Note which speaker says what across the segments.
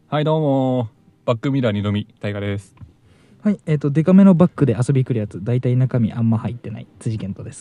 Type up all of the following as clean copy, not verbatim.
Speaker 1: はいどうもバックミラー二度見大河です。
Speaker 2: はい、デカめのバッグで遊び来るやつ、大体中身あんま入ってない辻健人です。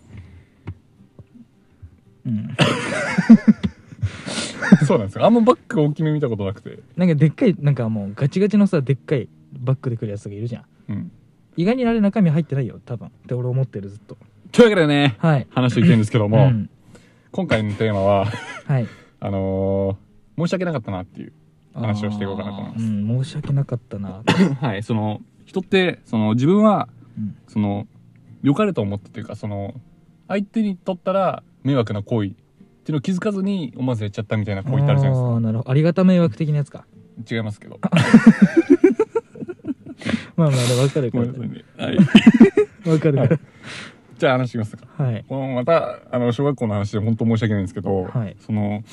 Speaker 1: そうなんですよ。あんまバッグ大きめ見たことなくて、
Speaker 2: なんかでっかい、なんかもうガチガチのさ、でっかいバッグで来るやつがいるじゃん。意外にあれ中身入ってないよ多分って俺思ってるずっと。
Speaker 1: というわけでね、
Speaker 2: はい、
Speaker 1: 話していきたいんですけども、
Speaker 2: うん、
Speaker 1: 今回のテーマは
Speaker 2: はい、
Speaker 1: 申し訳なかったなっていう話をしていこうかなと思います。
Speaker 2: 申し訳なかったな
Speaker 1: はい、その人って自分は、
Speaker 2: うん、
Speaker 1: 良かれと思ったというか、相手にとったら迷惑な行為っていうのを気づかずに思わずやっちゃったみたいな行為ってあるじゃないですか。
Speaker 2: なるほど、ありがた迷惑的なやつか。
Speaker 1: 違いますけど。
Speaker 2: まあまあ分かるから。
Speaker 1: ごめんなさいね。はい。
Speaker 2: 分かるから。
Speaker 1: じゃあ話してみますか。
Speaker 2: はい。
Speaker 1: このまた小学校の話で本当申し訳ないんですけど、
Speaker 2: はい、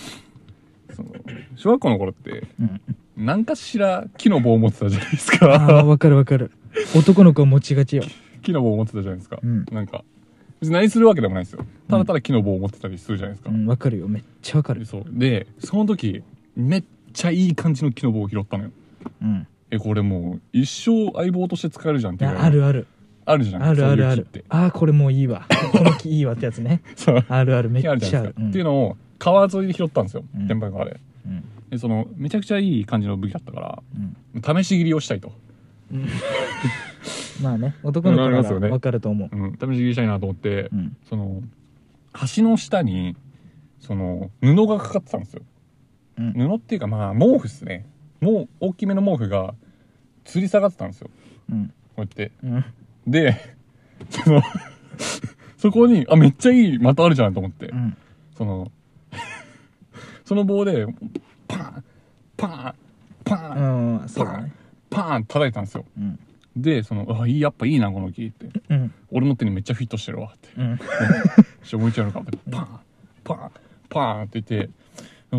Speaker 1: 小学校の頃って、何かしら木の棒を持ってたじゃないですか。
Speaker 2: 分かる分かる。男の子は持ちがちよ。
Speaker 1: 木の棒を持ってたじゃないですか。
Speaker 2: うん、
Speaker 1: なんか別に何するわけでもないですよ。ただただ木の棒を持ってたりするじゃないですか。
Speaker 2: 分かるよ、めっちゃ分かる。
Speaker 1: そうで、その時めっちゃいい感じの木の棒を拾ったのよ。これもう一生相棒として使えるじゃんっていうぐらい。
Speaker 2: あるある
Speaker 1: あるじゃん。
Speaker 2: あるあるある。これもういいわ、この木いいわってやつね。
Speaker 1: そう
Speaker 2: あるある、めっちゃある。
Speaker 1: っていうのを川沿いで拾ったんですよ、天満川で。でめちゃくちゃいい感じの武器だったから、試し切りをしたいと。
Speaker 2: まあね、男の子なら分かると思う。
Speaker 1: 試し切りしたいなと思って、橋の下に布がかかってたんですよ。布っていうかまあ毛布っすね。もう大きめの毛布が吊り下がってたんですよ、こうやって。でそこにめっちゃいい的あるじゃんと思って、その棒でパンパンパンパンパン叩いたんですよ。でやっぱいいなこの木って、俺の手にめっちゃフィットしてるわって、思いちゃうのかってパンパンパンって言って、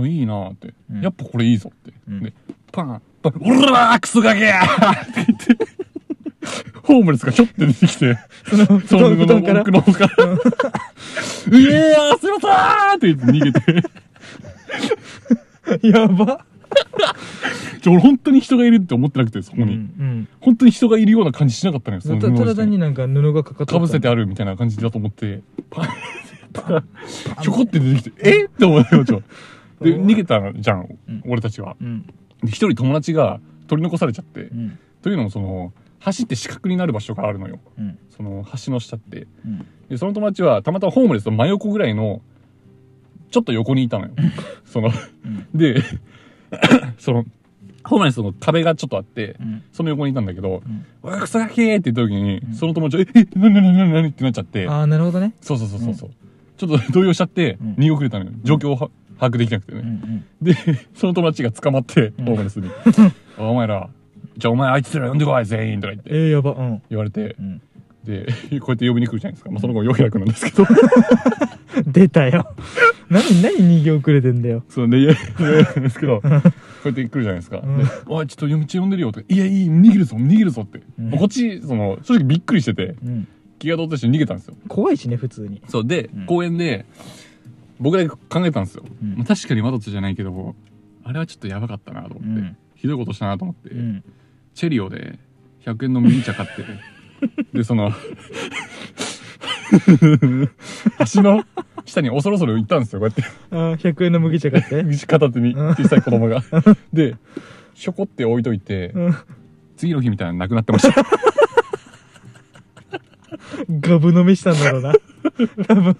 Speaker 1: いいなって、やっぱこれいいぞって、でパンパン、おらークソガキやーって言ってホームレスがちょって出てきて、その布団から奥の方からうえーすいませんって言って逃げて
Speaker 2: やば
Speaker 1: 俺本当に人がいるって思ってなくて、そこに、本当に人がいるような感じしなかったのよ。
Speaker 2: ただ単になんか布がかかって
Speaker 1: かぶせてあるみたいな感じだと思って、パンひょこって出てきてって思ったよ。で逃げたじゃん、俺たちは。一人友達が取り残されちゃって、というのも橋って死角になる場所があるのよ、その橋の下って。でその友達はたまたまホームレスの真横ぐらいのちょっと横にいたのよ。でホームレスの壁がちょっとあって、その横にいたんだけど、おいクソガキーって言った時に、その友達何ってなっちゃって。
Speaker 2: なるほどね。
Speaker 1: そう、ちょっと動揺しちゃって逃げ遅れたのよ、状況を把握できなくてね。でその友達が捕まってホームレスにお前らじゃあお前あいつら呼んでこい全員とか言って
Speaker 2: やば
Speaker 1: 言われて、でこうやって呼びに来るじゃないですか。その子ヨヘラ君なんですけど
Speaker 2: 出たよ。何逃げ遅れてんだよ。
Speaker 1: そうね、ヨヘラ君ですけどこうやって来るじゃないですか。おいちょっと嫁ち呼んでるよとか、いやいい逃げるぞって、こっち正直びっくりしてて、気が動転して逃げたんですよ。
Speaker 2: 怖いしね普通に。
Speaker 1: そうで、公園で僕だけ考えたんですよ。確かにワドツじゃないけどあれはちょっとやばかったなと思って、ひどいことしたなと思って、チェリオで100円の麦茶買ってで橋の下に恐る恐る行ったんですよ、こうやって
Speaker 2: 100円の麦茶買って
Speaker 1: 片手に小さい子供がでひょこって置いといて、次の日みたいなのなくなってました
Speaker 2: ガブ飲みしたんだろうな多分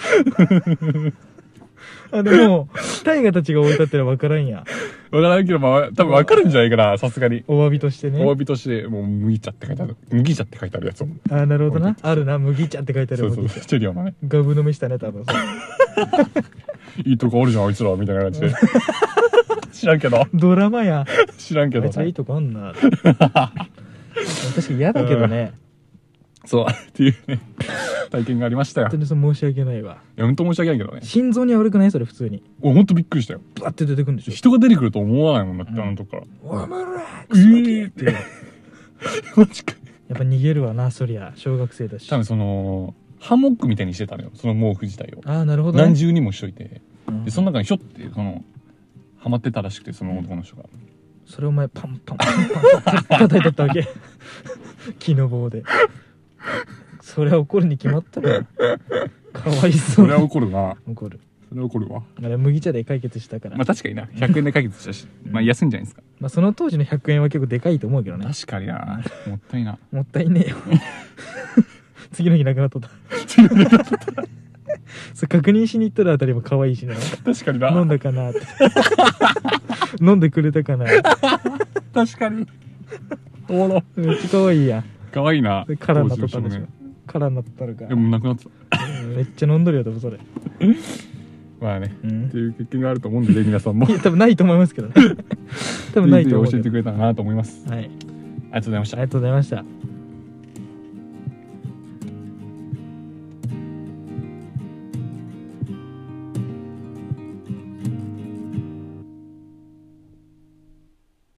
Speaker 2: でも大河たちが置いたってのは分からんや。
Speaker 1: 分からんけど、まあ多分分かるんじゃないかな、さすがに。
Speaker 2: お詫びとしてね。
Speaker 1: お詫びとしてもう麦茶って書いてある、麦茶って書いてあるやつを。
Speaker 2: なるほどな、あるな、麦茶って書いてある。
Speaker 1: そうチェリオのね。
Speaker 2: ガブ飲みしたね多分
Speaker 1: いいとこあるじゃんあいつらみたいな感じで知らんけど。
Speaker 2: ドラマや。
Speaker 1: 知らんけど。
Speaker 2: あいつらいいとこあんな確かに嫌だけどね。
Speaker 1: そうっていうね体験がありましたよ。
Speaker 2: 本当に申し訳ないわ。
Speaker 1: いや本当申し訳ないけどね。
Speaker 2: 心臓には悪くないそれ普通に。
Speaker 1: 本当びっくりしたよ。
Speaker 2: バッて出てくるんでしょ。
Speaker 1: 人が出てくると思わないもんだって、あのとこから。
Speaker 2: お前らクソガキって
Speaker 1: マジか。
Speaker 2: やっぱ逃げるわな、そりゃ小学生だし。
Speaker 1: 多分ハンモックみたいにしてたのよ、その毛布自体を。
Speaker 2: なるほどね。
Speaker 1: 何重にもしといて、でその中にひょってはまってたらしくて、その男の人が。
Speaker 2: それお前パンパンパンパンって叩いてったわけ木の棒で。それは怒るに決まったろ。かわいそう。
Speaker 1: それは怒るな。
Speaker 2: 怒る。
Speaker 1: それは怒るわ。
Speaker 2: あれ麦茶で解決したから。
Speaker 1: まあ確かにな、100円で解決したし、まあ安いんじゃないですか。
Speaker 2: まあその当時の100円は結構でかいと思うけどね。
Speaker 1: 確かにな。もったいな。
Speaker 2: もったいねえよ。次の日なくなっとった。そう確認しに行ったらあたりも可愛いしな。
Speaker 1: 確かにな。
Speaker 2: 飲んだかなって飲んでくれたかな。
Speaker 1: 確かに。おもろ。
Speaker 2: めっちゃ可愛いやん。
Speaker 1: 可愛いな。
Speaker 2: カラーになっとったんでしょ。カラーになっとったのか。
Speaker 1: でもなくなってた。
Speaker 2: めっちゃ飲んどるよ多分それ。
Speaker 1: まあね、っていう経験があると思うんでね、皆さんも。
Speaker 2: いや多分ないと思いますけどね。多分ないと思う。
Speaker 1: 教えてくれたらなと思います。
Speaker 2: はい。あり
Speaker 1: がとうございました。
Speaker 2: ありがとうございました。